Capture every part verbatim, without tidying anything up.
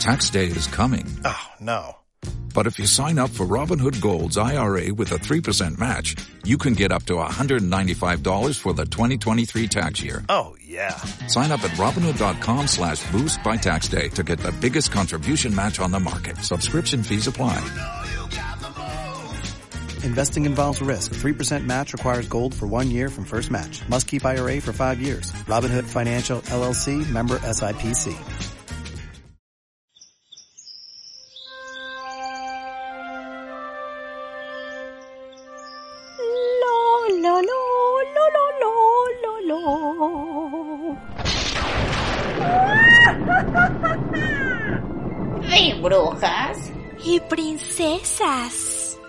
Tax day is coming. Oh, no. But if you sign up for Robinhood Gold's I R A with a three percent match, you can get up to one hundred ninety-five dollars for the twenty twenty-three tax year. Oh, yeah. Sign up at Robinhood.com slash boost by tax day to get the biggest contribution match on the market. Subscription fees apply. Investing involves risk. three percent match requires gold for one year from first match. Must keep I R A for five years. Robinhood Financial, L L C, member S I P C. Lo, lo, lo, lo, lo, lo, lo. De brujas y princesas.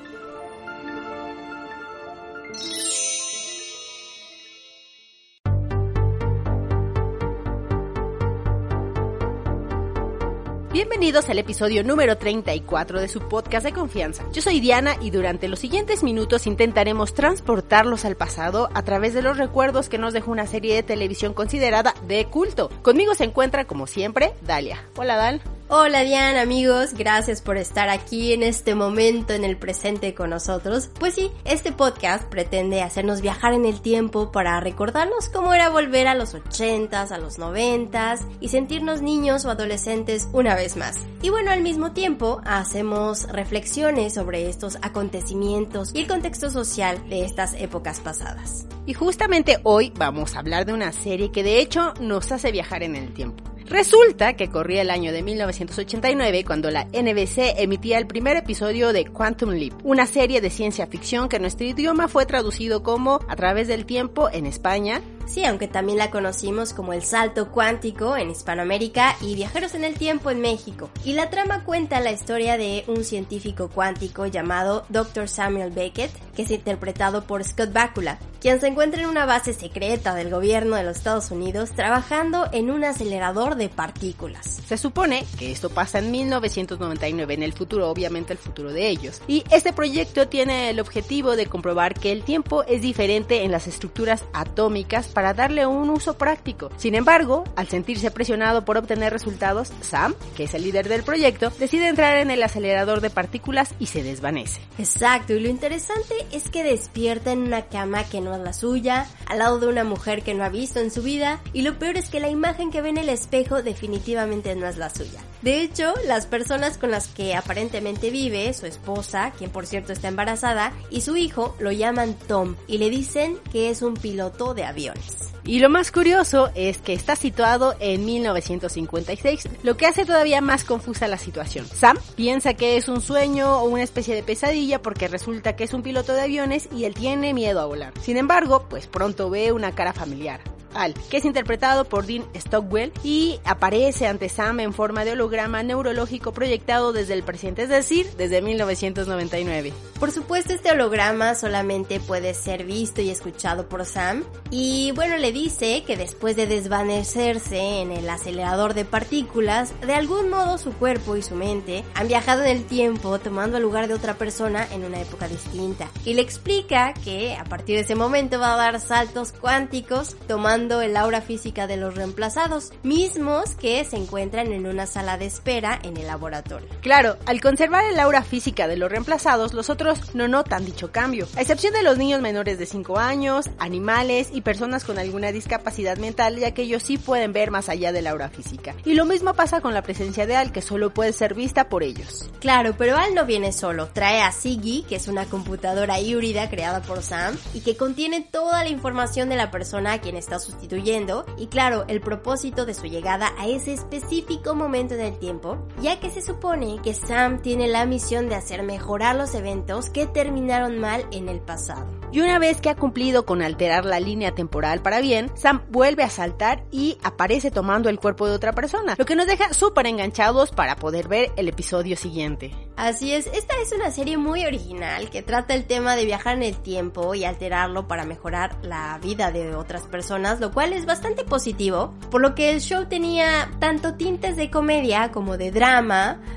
Bienvenidos al episodio número treinta y cuatro de su podcast de confianza. Yo soy Diana y durante los siguientes minutos intentaremos transportarlos al pasado a través de los recuerdos que nos dejó una serie de televisión considerada de culto. Conmigo se encuentra, como siempre, Dalia. Hola, Dal. Hola Diana, amigos, gracias por estar aquí en este momento, en el presente con nosotros. Pues sí, este podcast pretende hacernos viajar en el tiempo para recordarnos cómo era volver a los ochentas, a los noventas y sentirnos niños o adolescentes una vez más. Y bueno, al mismo tiempo hacemos reflexiones sobre estos acontecimientos y el contexto social de estas épocas pasadas. Y justamente hoy vamos a hablar de una serie que de hecho nos hace viajar en el tiempo. Resulta que corría el año de mil novecientos ochenta y nueve cuando la N B C emitía el primer episodio de Quantum Leap, una serie de ciencia ficción que en nuestro idioma fue traducido como A través del tiempo en España. Sí, aunque también la conocimos como El Salto Cuántico en Hispanoamérica y Viajeros en el Tiempo en México. Y la trama cuenta la historia de un científico cuántico llamado doctor Samuel Beckett, que es interpretado por Scott Bakula, quien se encuentra en una base secreta del gobierno de los Estados Unidos trabajando en un acelerador de partículas. Se supone que esto pasa en mil novecientos noventa y nueve, en el futuro, obviamente el futuro de ellos. Y este proyecto tiene el objetivo de comprobar que el tiempo es diferente en las estructuras atómicas para darle un uso práctico. Sin embargo, al sentirse presionado por obtener resultados, Sam, que es el líder del proyecto, decide entrar en el acelerador de partículas y se desvanece. Exacto, y lo interesante es que despierta en una cama que no es la suya, al lado de una mujer que no ha visto en su vida, y lo peor es que la imagen que ve en el espejo definitivamente no es la suya. De hecho, las personas con las que aparentemente vive, su esposa, quien por cierto está embarazada, y su hijo, lo llaman Tom, y le dicen que es un piloto de aviones. Y lo más curioso es que está situado en mil novecientos cincuenta y seis, lo que hace todavía más confusa la situación. Sam piensa que es un sueño o una especie de pesadilla porque resulta que es un piloto de aviones y él tiene miedo a volar. Sin embargo, pues pronto ve una cara familiar. Al, que es interpretado por Dean Stockwell y aparece ante Sam en forma de holograma neurológico proyectado desde el presente, es decir, desde mil novecientos noventa y nueve. Por supuesto, este holograma solamente puede ser visto y escuchado por Sam y bueno, le dice que después de desvanecerse en el acelerador de partículas, de algún modo su cuerpo y su mente han viajado en el tiempo tomando el lugar de otra persona en una época distinta y le explica que a partir de ese momento va a dar saltos cuánticos tomando el aura física de los reemplazados, mismos que se encuentran en una sala de espera en el laboratorio. Claro, al conservar el aura física de los reemplazados, los otros no notan dicho cambio, a excepción de los niños menores de cinco años, animales y personas con alguna discapacidad mental, ya que ellos sí pueden ver más allá del aura física. Y lo mismo pasa con la presencia de Al, que solo puede ser vista por ellos. Claro, pero Al no viene solo, trae a Siggy, que es una computadora híbrida creada por Sam y que contiene toda la información de la persona a quien está sustituyendo y claro, el propósito de su llegada a ese específico momento en el tiempo, ya que se supone que Sam tiene la misión de hacer mejorar los eventos que terminaron mal en el pasado. Y una vez que ha cumplido con alterar la línea temporal para bien, Sam vuelve a saltar y aparece tomando el cuerpo de otra persona, lo que nos deja súper enganchados para poder ver el episodio siguiente. Así es, esta es una serie muy original que trata el tema de viajar en el tiempo y alterarlo para mejorar la vida de otras personas, lo cual es bastante positivo, por lo que el show tenía tanto tintes de comedia como de drama,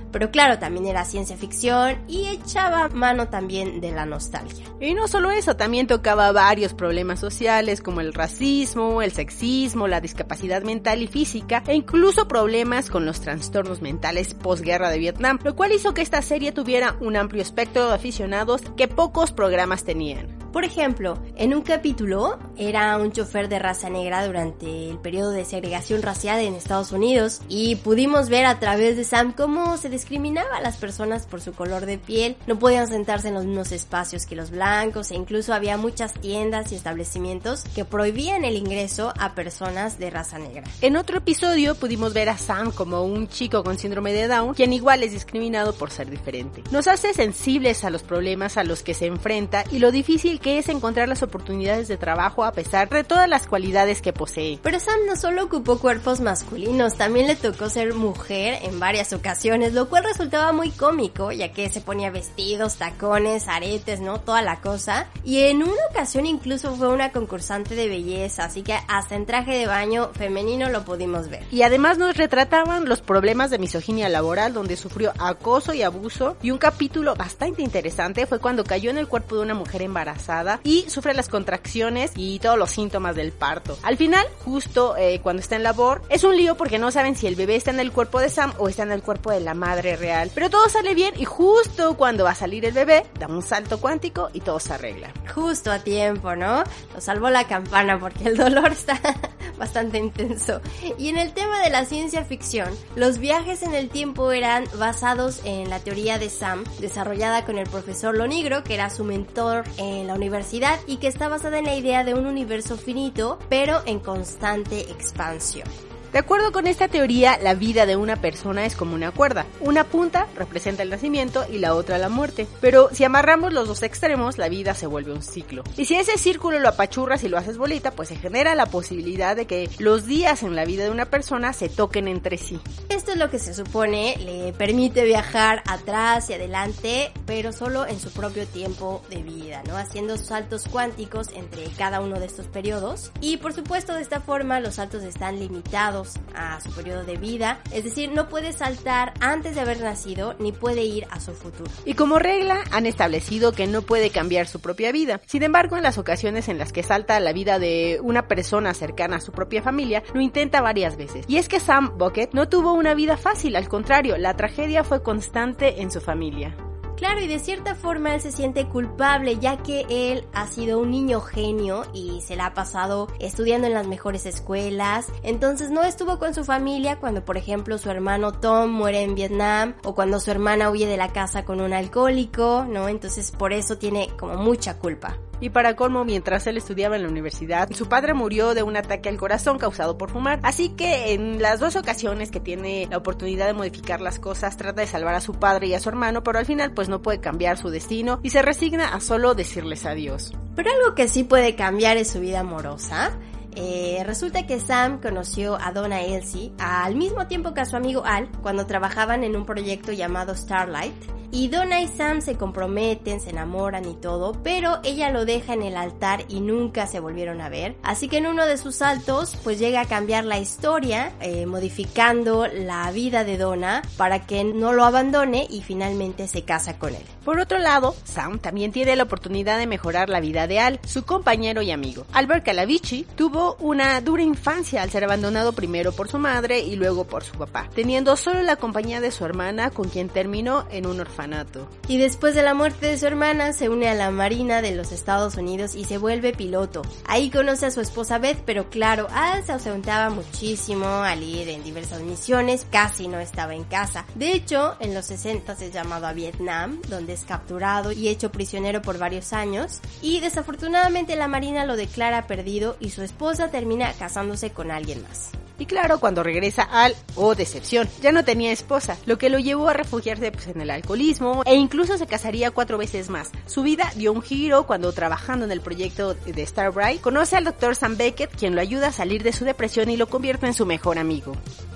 pero claro, también era ciencia ficción y echaba mano también de la nostalgia. Y no solo eso, también tocaba varios problemas sociales como el racismo, el sexismo, la discapacidad mental y física, e incluso problemas con los trastornos mentales posguerra de Vietnam, lo cual hizo que esta serie tuviera un amplio espectro de aficionados que pocos programas tenían. Por ejemplo, en un capítulo era un chofer de raza negra durante el periodo de segregación racial en Estados Unidos y pudimos ver a través de Sam cómo se discriminaba a las personas por su color de piel, no podían sentarse en los mismos espacios que los blancos e incluso había muchas tiendas y establecimientos que prohibían el ingreso a personas de raza negra. En otro episodio pudimos ver a Sam como un chico con síndrome de Down, quien igual es discriminado por ser diferente. Nos hace sensibles a los problemas a los que se enfrenta y lo difícil que es encontrar las oportunidades de trabajo a pesar de todas las cualidades que posee. Pero Sam no solo ocupó cuerpos masculinos, también le tocó ser mujer en varias ocasiones, lo cual resultaba muy cómico, ya que se ponía vestidos, tacones, aretes, ¿no? Toda la cosa. Y en una ocasión incluso fue una concursante de belleza, así que hasta en traje de baño femenino lo pudimos ver. Y además nos retrataban los problemas de misoginia laboral, donde sufrió acoso y abuso, y un capítulo bastante interesante fue cuando cayó en el cuerpo de una mujer embarazada y sufre las contracciones y todos los síntomas del parto. Al final, justo eh, cuando está en labor, es un lío porque no saben si el bebé está en el cuerpo de Sam o está en el cuerpo de la madre real. Pero todo sale bien y justo cuando va a salir el bebé, da un salto cuántico y todo se arregla. Justo a tiempo, ¿no? Lo salvó la campana porque el dolor está bastante intenso. Y en el tema de la ciencia ficción, los viajes en el tiempo eran basados en la teoría de Sam, desarrollada con el profesor Lonigro, que era su mentor en la universidad y que está basada en la idea de un universo finito, pero en constante expansión. De acuerdo con esta teoría, la vida de una persona es como una cuerda. Una punta representa el nacimiento y la otra la muerte. Pero si amarramos los dos extremos, la vida se vuelve un ciclo. Y si ese círculo lo apachurras y lo haces bolita, pues se genera la posibilidad de que los días en la vida de una persona se toquen entre sí. Esto es lo que se supone le permite viajar atrás y adelante, pero solo en su propio tiempo de vida, ¿no? Haciendo saltos cuánticos entre cada uno de estos periodos. Y por supuesto, de esta forma los saltos están limitados a su periodo de vida, es decir, no puede saltar antes de haber nacido ni puede ir a su futuro. Y como regla han establecido que no puede cambiar su propia vida. Sin embargo, en las ocasiones en las que salta la vida de una persona cercana a su propia familia, lo intenta varias veces. Y es que Sam Bucket no tuvo una vida fácil, al contrario, la tragedia fue constante en su familia. Claro, y de cierta forma él se siente culpable, ya que él ha sido un niño genio y se la ha pasado estudiando en las mejores escuelas. Entonces no estuvo con su familia cuando, por ejemplo, su hermano Tom muere en Vietnam o cuando su hermana huye de la casa con un alcohólico, ¿no? Entonces por eso tiene como mucha culpa. Y para colmo, mientras él estudiaba en la universidad, su padre murió de un ataque al corazón causado por fumar. Así que en las dos ocasiones que tiene la oportunidad de modificar las cosas, trata de salvar a su padre y a su hermano, pero al final pues no puede cambiar su destino y se resigna a solo decirles adiós. Pero algo que sí puede cambiar es su vida amorosa. Eh, resulta que Sam conoció a Donna Elsie al mismo tiempo que a su amigo Al cuando trabajaban en un proyecto llamado Starlight. Y Donna y Sam se comprometen, se enamoran y todo, pero ella lo deja en el altar y nunca se volvieron a ver. Así que en uno de sus saltos pues llega a cambiar la historia, eh, modificando la vida de Donna para que no lo abandone y finalmente se casa con él. Por otro lado, Sam también tiene la oportunidad de mejorar la vida de Al, su compañero y amigo. Albert Calavici tuvo una dura infancia al ser abandonado primero por su madre y luego por su papá, teniendo solo la compañía de su hermana, con quien terminó en un orfanato. Y después de la muerte de su hermana se une a la Marina de los Estados Unidos y se vuelve piloto. Ahí conoce a su esposa Beth, pero claro, Al se ausentaba muchísimo al ir en diversas misiones, casi no estaba en casa. De hecho, en los sesenta es llamado a Vietnam, donde es capturado y hecho prisionero por varios años, y desafortunadamente la Marina lo declara perdido y su esposa termina casándose con alguien más. Y claro, cuando regresa Al, oh decepción, ya no tenía esposa, lo que lo llevó a refugiarse pues, en el alcoholismo e incluso se casaría cuatro veces más. Su vida dio un giro cuando, trabajando en el proyecto de Starbright, conoce al doctor Sam Beckett, quien lo ayuda a salir de su depresión y lo convierte en su mejor amigo.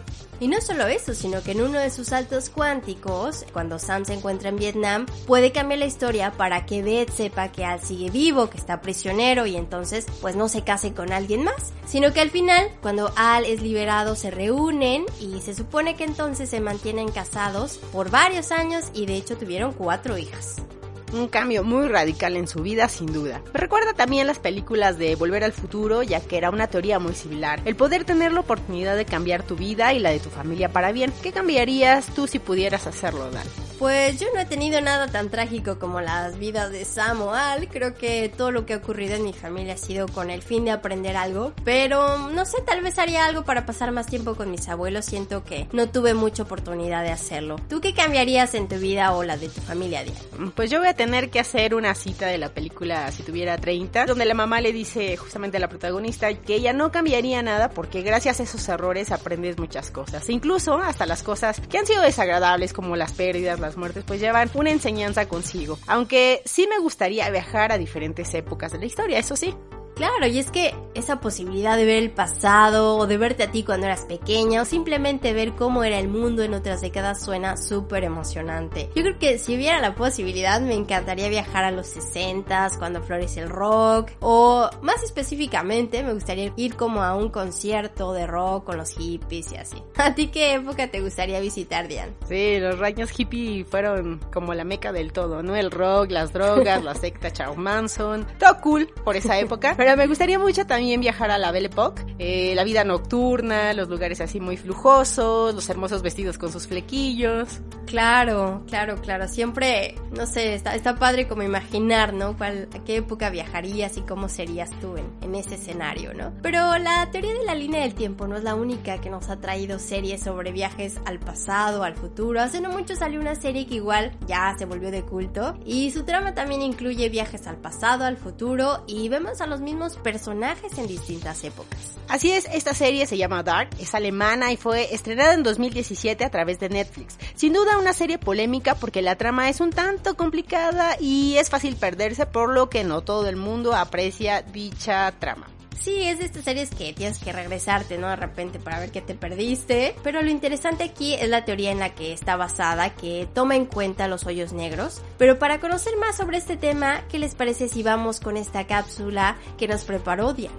Y no solo eso, sino que en uno de sus saltos cuánticos, cuando Sam se encuentra en Vietnam, puede cambiar la historia para que Beth sepa que Al sigue vivo, que está prisionero y entonces pues no se case con alguien más, sino que al final, cuando Al es liberado, se reúnen y se supone que entonces se mantienen casados por varios años y de hecho tuvieron cuatro hijas. Un cambio muy radical en su vida, sin duda. Me recuerda también las películas de Volver al Futuro, ya que era una teoría muy similar. El poder tener la oportunidad de cambiar tu vida y la de tu familia para bien. ¿Qué cambiarías tú si pudieras hacerlo, Dan? Pues yo no he tenido nada tan trágico como las vidas de Sam o Al. Creo que todo lo que ha ocurrido en mi familia ha sido con el fin de aprender algo. Pero no sé, tal vez haría algo para pasar más tiempo con mis abuelos. Siento que no tuve mucha oportunidad de hacerlo. ¿Tú qué cambiarías en tu vida o la de tu familia, Diana? Pues yo voy a tener que hacer una cita de la película Si tuviera treinta, donde la mamá le dice justamente a la protagonista que ella no cambiaría nada porque gracias a esos errores aprendes muchas cosas. E incluso hasta las cosas que han sido desagradables como las pérdidas, las muertes, pues llevan una enseñanza consigo. Aunque sí me gustaría viajar a diferentes épocas de la historia, eso sí. Claro, y es que esa posibilidad de ver el pasado o de verte a ti cuando eras pequeña o simplemente ver cómo era el mundo en otras décadas suena súper emocionante. Yo creo que si hubiera la posibilidad me encantaría viajar a los sesentas, cuando florece el rock, o más específicamente me gustaría ir como a un concierto de rock con los hippies y así. ¿A ti qué época te gustaría visitar, Diane? Sí, los años hippie fueron como la meca del todo, ¿no? El rock, las drogas, la secta Charles Manson, todo cool por esa época. Pero me gustaría mucho también viajar a la Belle Époque, eh, la vida nocturna, los lugares así muy flujosos, los hermosos vestidos con sus flequillos. Claro, claro, claro. Siempre, no sé, está, está padre como imaginar, ¿no? ¿Cuál, a qué época viajarías y cómo serías tú en, en ese escenario, ¿no? Pero la teoría de la línea del tiempo no es la única que nos ha traído series sobre viajes al pasado, al futuro. Hace no mucho salió una serie que igual ya se volvió de culto y su trama también incluye viajes al pasado, al futuro y vemos a los mismos personajes en distintas épocas. Así es, esta serie se llama Dark, es alemana y fue estrenada en dos mil diecisiete a través de Netflix. Sin duda una serie polémica porque la trama es un tanto complicada y es fácil perderse, por lo que no todo el mundo aprecia dicha trama. Sí, es de estas series que tienes que regresarte, ¿no? De repente para ver qué te perdiste. Pero lo interesante aquí es la teoría en la que está basada, que toma en cuenta los hoyos negros. Pero para conocer más sobre este tema, ¿qué les parece si vamos con esta cápsula que nos preparó Diana?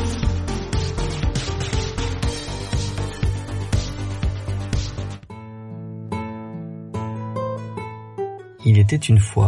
Il était une fois.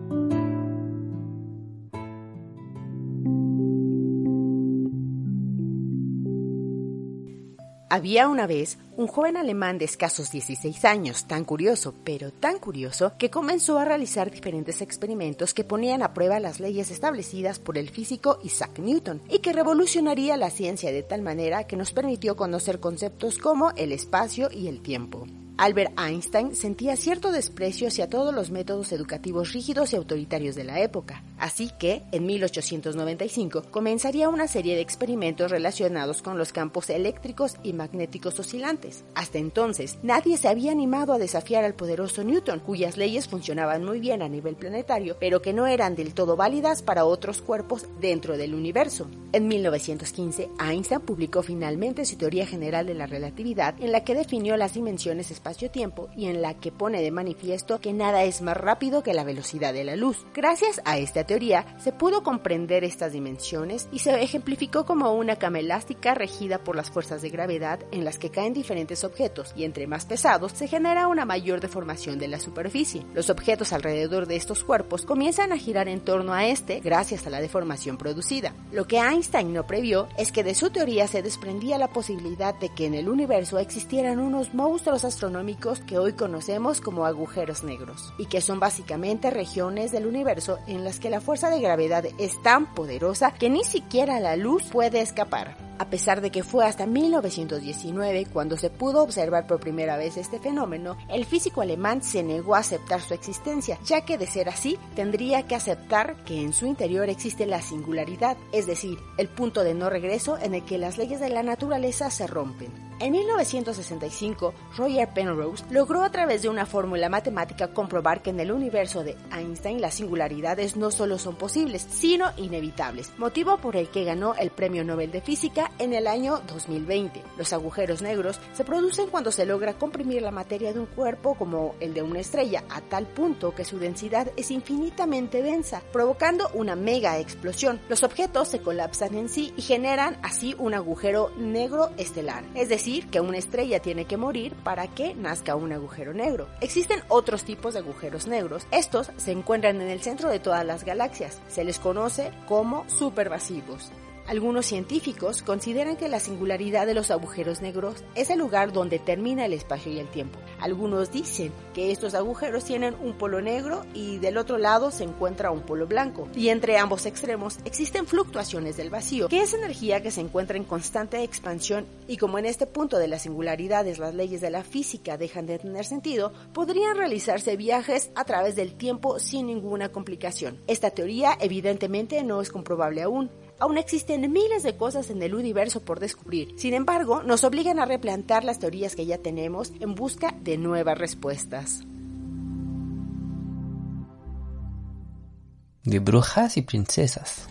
Había una vez un joven alemán de escasos dieciséis años, tan curioso, pero tan curioso, que comenzó a realizar diferentes experimentos que ponían a prueba las leyes establecidas por el físico Isaac Newton y que revolucionaría la ciencia de tal manera que nos permitió conocer conceptos como el espacio y el tiempo. Albert Einstein sentía cierto desprecio hacia todos los métodos educativos rígidos y autoritarios de la época, así que, en mil ochocientos noventa y cinco, comenzaría una serie de experimentos relacionados con los campos eléctricos y magnéticos oscilantes. Hasta entonces, nadie se había animado a desafiar al poderoso Newton, cuyas leyes funcionaban muy bien a nivel planetario, pero que no eran del todo válidas para otros cuerpos dentro del universo. En mil novecientos quince, Einstein publicó finalmente su teoría general de la relatividad, en la que definió las dimensiones espaciales espacio-tiempo y en la que pone de manifiesto que nada es más rápido que la velocidad de la luz. Gracias a esta teoría se pudo comprender estas dimensiones y se ejemplificó como una cama elástica regida por las fuerzas de gravedad en las que caen diferentes objetos y entre más pesados se genera una mayor deformación de la superficie. Los objetos alrededor de estos cuerpos comienzan a girar en torno a este gracias a la deformación producida. Lo que Einstein no previó es que de su teoría se desprendía la posibilidad de que en el universo existieran unos monstruos astronómicos que hoy conocemos como agujeros negros y que son básicamente regiones del universo en las que la fuerza de gravedad es tan poderosa que ni siquiera la luz puede escapar. A pesar de que fue hasta mil novecientos diecinueve cuando se pudo observar por primera vez este fenómeno, el físico alemán se negó a aceptar su existencia, ya que de ser así tendría que aceptar que en su interior existe la singularidad, es decir, el punto de no regreso en el que las leyes de la naturaleza se rompen. En mil novecientos sesenta y cinco, Roger Penrose logró a través de una fórmula matemática comprobar que en el universo de Einstein las singularidades no solo son posibles, sino inevitables, motivo por el que ganó el Premio Nobel de Física en el año dos mil veinte. Los agujeros negros se producen cuando se logra comprimir la materia de un cuerpo como el de una estrella a tal punto que su densidad es infinitamente densa, provocando una mega explosión. Los objetos se colapsan en sí y generan así un agujero negro estelar, es decir, que una estrella tiene que morir para que nazca un agujero negro. Existen otros tipos de agujeros negros. Estos se encuentran en el centro de todas las galaxias. Se les conoce como supermasivos. Algunos científicos consideran que la singularidad de los agujeros negros es el lugar donde termina el espacio y el tiempo. Algunos dicen que estos agujeros tienen un polo negro y del otro lado se encuentra un polo blanco. Y entre ambos extremos existen fluctuaciones del vacío, que es energía que se encuentra en constante expansión, y como en este punto de las singularidades las leyes de la física dejan de tener sentido, podrían realizarse viajes a través del tiempo sin ninguna complicación. Esta teoría evidentemente no es comprobable aún. Aún existen miles de cosas en el universo por descubrir. Sin embargo, nos obligan a replantear las teorías que ya tenemos en busca de nuevas respuestas. De brujas y princesas.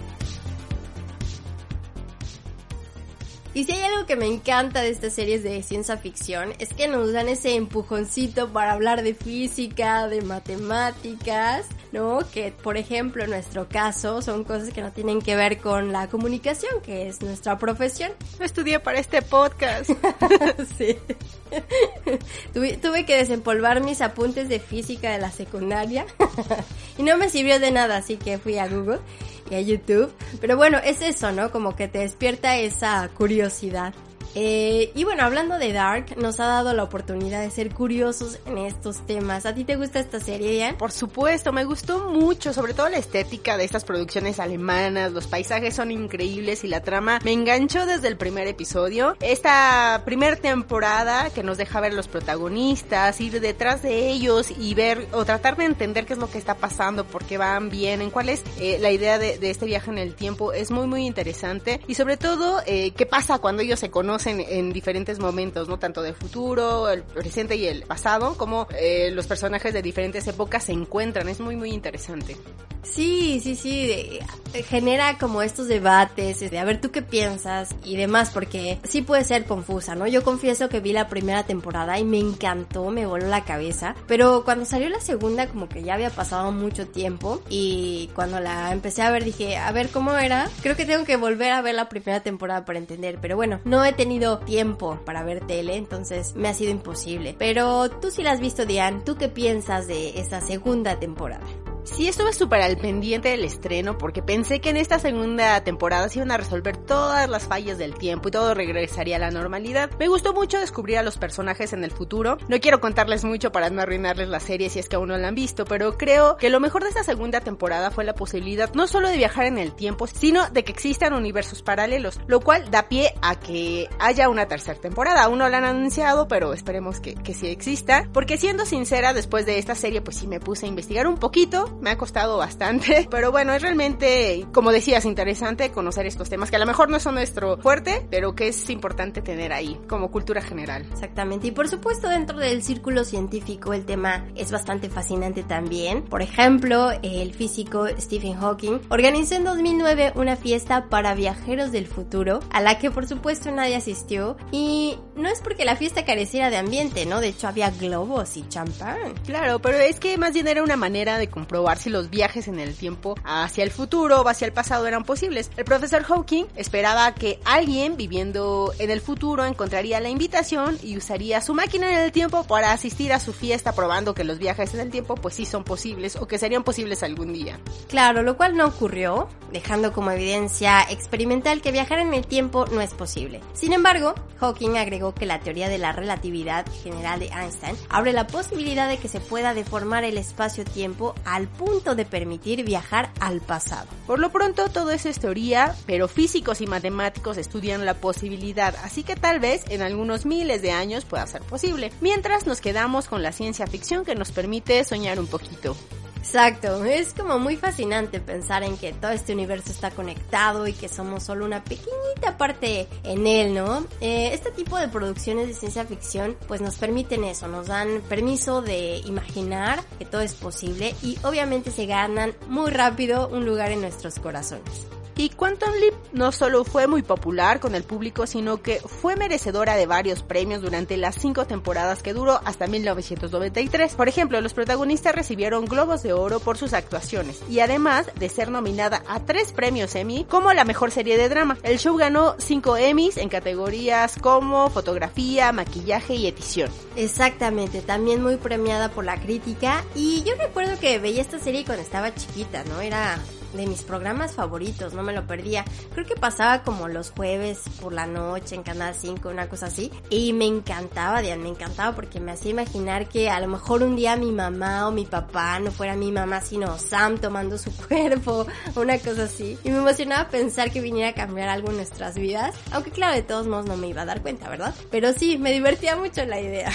Y si hay algo que me encanta de estas series de ciencia ficción, es que nos dan ese empujoncito para hablar de física, de matemáticas, ¿no? Que, por ejemplo, en nuestro caso, son cosas que no tienen que ver con la comunicación, que es nuestra profesión. No estudié para este podcast. Sí. tuve, tuve que desempolvar mis apuntes de física de la secundaria y no me sirvió de nada, así que fui a Google y a YouTube. Pero bueno, es eso, ¿no? Como que te despierta esa curiosidad. Eh, y bueno, hablando de Dark, nos ha dado la oportunidad de ser curiosos en estos temas. ¿A ti te gusta esta serie, Ian? Por supuesto, me gustó mucho, sobre todo la estética de estas producciones alemanas. Los paisajes son increíbles y la trama me enganchó desde el primer episodio. Esta primera temporada que nos deja ver los protagonistas, ir detrás de ellos y ver o tratar de entender qué es lo que está pasando, por qué van bien, en cuál es eh, la idea de, de este viaje en el tiempo, es muy muy interesante. Y sobre todo, eh, qué pasa cuando ellos se conocen En, en diferentes momentos, ¿no? Tanto del futuro, el presente y el pasado, como eh, los personajes de diferentes épocas se encuentran. Es muy, muy interesante. Sí, sí, sí. De, genera como estos debates de a ver tú qué piensas y demás, porque sí puede ser confusa, ¿no? Yo confieso que vi la primera temporada y me encantó, me voló la cabeza, pero cuando salió la segunda como que ya había pasado mucho tiempo y cuando la empecé a ver dije, a ver cómo era. Creo que tengo que volver a ver la primera temporada para entender, pero bueno, no he tenido tiempo para ver tele, entonces me ha sido imposible. Pero tú sí la has visto, Diane, ¿tú qué piensas de esa segunda temporada? Sí, estuve súper al pendiente del estreno porque pensé que en esta segunda temporada se iban a resolver todas las fallas del tiempo y todo regresaría a la normalidad. Me gustó mucho descubrir a los personajes en el futuro. No quiero contarles mucho para no arruinarles la serie si es que aún no la han visto, pero creo que lo mejor de esta segunda temporada fue la posibilidad no solo de viajar en el tiempo, sino de que existan universos paralelos, lo cual da pie a que haya una tercera temporada. Aún no la han anunciado, pero esperemos que, que sí exista, porque siendo sincera, después de esta serie pues sí me puse a investigar un poquito. Me ha costado bastante, pero bueno, es realmente, como decías, interesante conocer estos temas que a lo mejor no son nuestro fuerte, pero que es importante tener ahí como cultura general. Exactamente, y por supuesto dentro del círculo científico el tema es bastante fascinante también. Por ejemplo, el físico Stephen Hawking organizó en dos mil nueve una fiesta para viajeros del futuro, a la que por supuesto nadie asistió, y no es porque la fiesta careciera de ambiente, ¿no? De hecho había globos y champán. Claro, pero es que más bien era una manera de comprobar si los viajes en el tiempo hacia el futuro o hacia el pasado eran posibles. El profesor Hawking esperaba que alguien viviendo en el futuro encontraría la invitación y usaría su máquina en el tiempo para asistir a su fiesta, probando que los viajes en el tiempo pues sí son posibles o que serían posibles algún día. Claro, lo cual no ocurrió, dejando como evidencia experimental que viajar en el tiempo no es posible. Sin embargo, Hawking agregó que la teoría de la relatividad general de Einstein abre la posibilidad de que se pueda deformar el espacio-tiempo al punto de permitir viajar al pasado. Por lo pronto todo eso es teoría, pero físicos y matemáticos estudian la posibilidad, así que tal vez en algunos miles de años pueda ser posible. Mientras nos quedamos con la ciencia ficción que nos permite soñar un poquito. Exacto, es como muy fascinante pensar en que todo este universo está conectado y que somos solo una pequeñita parte en él, ¿no? Eh, este tipo de producciones de ciencia ficción pues nos permiten eso, nos dan permiso de imaginar que todo es posible y obviamente se ganan muy rápido un lugar en nuestros corazones. Y Quantum Leap no solo fue muy popular con el público, sino que fue merecedora de varios premios durante las cinco temporadas que duró hasta mil novecientos noventa y tres. Por ejemplo, los protagonistas recibieron Globos de Oro por sus actuaciones y además de ser nominada a tres premios Emmy como la mejor serie de drama. El show ganó cinco Emmys en categorías como fotografía, maquillaje y edición. Exactamente, también muy premiada por la crítica y yo recuerdo que veía esta serie cuando estaba chiquita, ¿no? Era de mis programas favoritos, no me lo perdía. Creo que pasaba como los jueves por la noche en Canal cinco, una cosa así. Y me encantaba, Diane, me encantaba porque me hacía imaginar que a lo mejor un día mi mamá o mi papá no fuera mi mamá, sino Sam tomando su cuerpo, una cosa así. Y me emocionaba pensar que viniera a cambiar algo en nuestras vidas. Aunque claro, de todos modos no me iba a dar cuenta, ¿verdad? Pero sí, me divertía mucho la idea.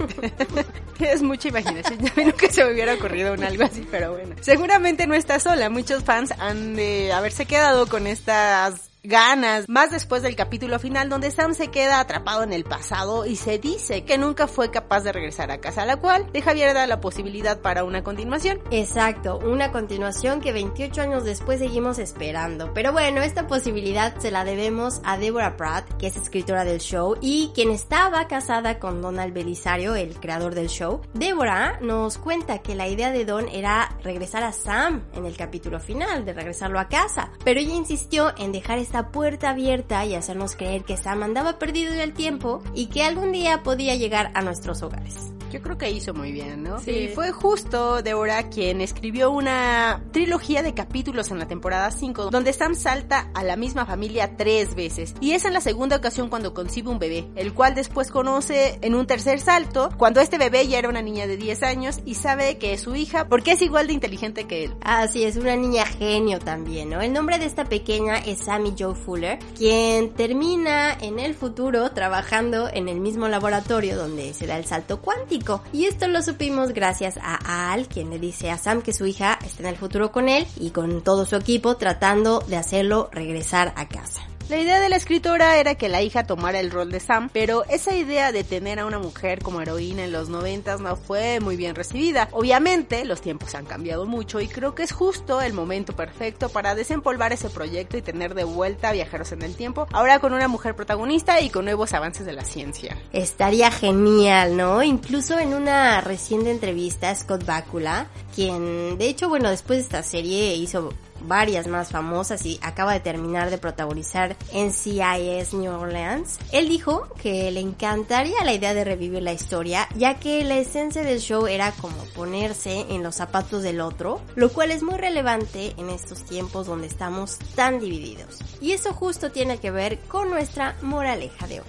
Es mucha imaginación, ya vi nunca se me hubiera ocurrido un algo así, pero bueno. Seguramente no estás sola, muchos fans han de haberse quedado con estas ganas, más después del capítulo final donde Sam se queda atrapado en el pasado y se dice que nunca fue capaz de regresar a casa, la cual deja abierta la posibilidad para una continuación. Exacto, una continuación que veintiocho años después seguimos esperando. Pero bueno, esta posibilidad se la debemos a Deborah Pratt, que es escritora del show y quien estaba casada con Donald Belisario, el creador del show. Deborah nos cuenta que la idea de Don era regresar a Sam en el capítulo final, de regresarlo a casa, pero ella insistió en dejar esta puerta abierta y hacernos creer que Sam andaba perdido en el tiempo y que algún día podía llegar a nuestros hogares. Yo creo que hizo muy bien, ¿no? Sí. Y fue justo Deborah quien escribió una trilogía de capítulos en la temporada cinco, donde Sam salta a la misma familia tres veces. Y es en la segunda ocasión cuando concibe un bebé, el cual después conoce en un tercer salto, cuando este bebé ya era una niña de diez años y sabe que es su hija porque es igual de inteligente que él. Así es, una niña genio también, ¿no? El nombre de esta pequeña es Sammy Jo Fuller, quien termina en el futuro trabajando en el mismo laboratorio donde se da el salto cuántico. Y esto lo supimos gracias a Al, quien le dice a Sam que su hija está en el futuro con él y con todo su equipo tratando de hacerlo regresar a casa. La idea de la escritora era que la hija tomara el rol de Sam, pero esa idea de tener a una mujer como heroína en los noventas no fue muy bien recibida. Obviamente, los tiempos han cambiado mucho y creo que es justo el momento perfecto para desempolvar ese proyecto y tener de vuelta a Viajeros en el Tiempo, ahora con una mujer protagonista y con nuevos avances de la ciencia. Estaría genial, ¿no? Incluso en una reciente entrevista, Scott Bakula, quien de hecho, bueno, después de esta serie hizo varias más famosas y acaba de terminar de protagonizar N C I S New Orleans. Él dijo que le encantaría la idea de revivir la historia, ya que la esencia del show era como ponerse en los zapatos del otro, lo cual es muy relevante en estos tiempos donde estamos tan divididos. Y eso justo tiene que ver con nuestra moraleja de hoy.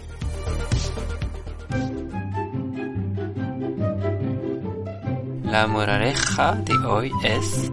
La moraleja de hoy es: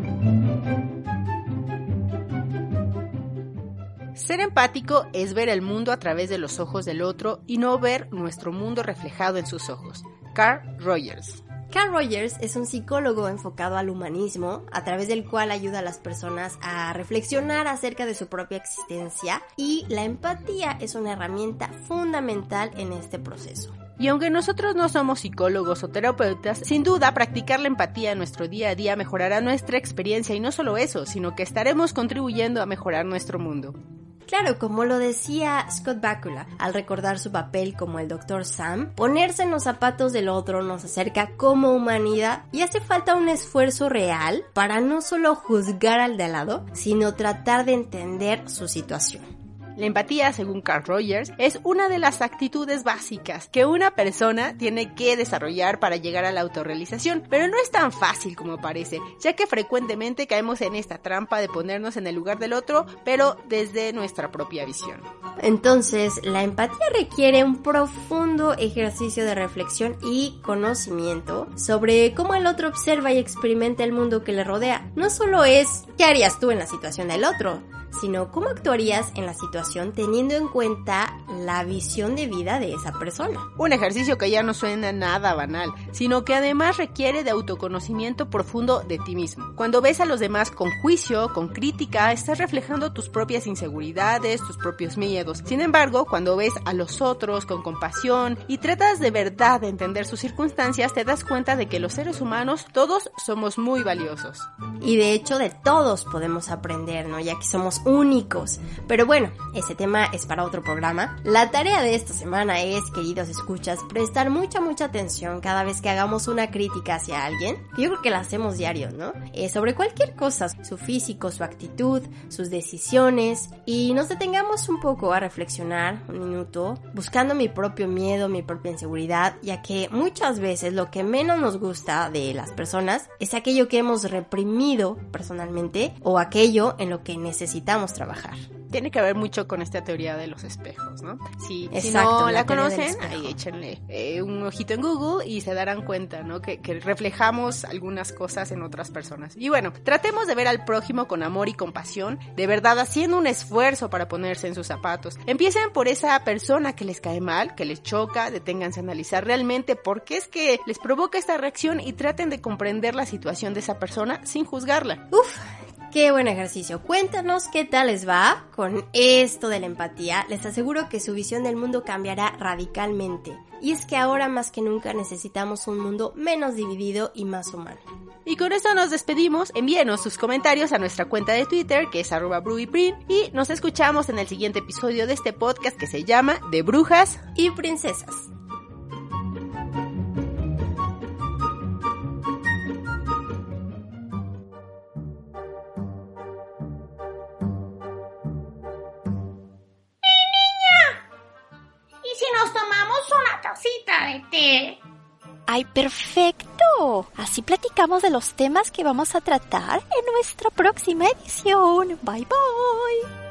ser empático es ver el mundo a través de los ojos del otro y no ver nuestro mundo reflejado en sus ojos. Carl Rogers. Carl Rogers es un psicólogo enfocado al humanismo, a través del cual ayuda a las personas a reflexionar acerca de su propia existencia, y la empatía es una herramienta fundamental en este proceso. Y aunque nosotros no somos psicólogos o terapeutas, sin duda practicar la empatía en nuestro día a día mejorará nuestra experiencia, y no solo eso, sino que estaremos contribuyendo a mejorar nuestro mundo. Claro, como lo decía Scott Bakula, al recordar su papel como el doctor Sam, ponerse en los zapatos del otro nos acerca como humanidad y hace falta un esfuerzo real para no solo juzgar al de al lado, sino tratar de entender su situación. La empatía, según Carl Rogers, es una de las actitudes básicas que una persona tiene que desarrollar para llegar a la autorrealización, pero no es tan fácil como parece, ya que frecuentemente caemos en esta trampa de ponernos en el lugar del otro, pero desde nuestra propia visión. Entonces, la empatía requiere un profundo ejercicio de reflexión y conocimiento sobre cómo el otro observa y experimenta el mundo que le rodea. No solo es ¿qué harías tú en la situación del otro?, sino cómo actuarías en la situación teniendo en cuenta la visión de vida de esa persona. Un ejercicio que ya no suena nada banal, sino que además requiere de autoconocimiento profundo de ti mismo. Cuando ves a los demás con juicio, con crítica, estás reflejando tus propias inseguridades, tus propios miedos. Sin embargo, cuando ves a los otros con compasión y tratas de verdad de entender sus circunstancias, te das cuenta de que los seres humanos todos somos muy valiosos. Y de hecho de todos podemos aprender, ¿no? Ya que somos únicos. Pero bueno, ese tema es para otro programa. La tarea de esta semana es, queridos escuchas, prestar mucha, mucha atención cada vez que hagamos una crítica hacia alguien. Yo creo que la hacemos diario, ¿no? Eh, sobre cualquier cosa, su físico, su actitud, sus decisiones. Y nos detengamos un poco a reflexionar, un minuto, buscando mi propio miedo, mi propia inseguridad, ya que muchas veces lo que menos nos gusta de las personas es aquello que hemos reprimido personalmente o aquello en lo que necesitamos trabajar. Tiene que ver mucho con esta teoría de los espejos, ¿no? Si, Exacto, si no la, la conocen, ahí échenle eh, un ojito en Google y se darán cuenta, ¿no? Que, que reflejamos algunas cosas en otras personas. Y bueno, tratemos de ver al prójimo con amor y compasión, de verdad haciendo un esfuerzo para ponerse en sus zapatos. Empiecen por esa persona que les cae mal, que les choca, deténganse a analizar realmente por qué es que les provoca esta reacción y traten de comprender la situación de esa persona sin juzgarla. Uf, qué buen ejercicio. Cuéntanos qué tal les va con esto de la empatía. Les aseguro que su visión del mundo cambiará radicalmente. Y es que ahora más que nunca necesitamos un mundo menos dividido y más humano. Y con esto nos despedimos. Envíenos sus comentarios a nuestra cuenta de Twitter, que es arroba bruiprin, y nos escuchamos en el siguiente episodio de este podcast que se llama De Brujas y Princesas. Nos tomamos una tacita de té. ¡Ay, perfecto! Así platicamos de los temas que vamos a tratar en nuestra próxima edición. Bye, bye.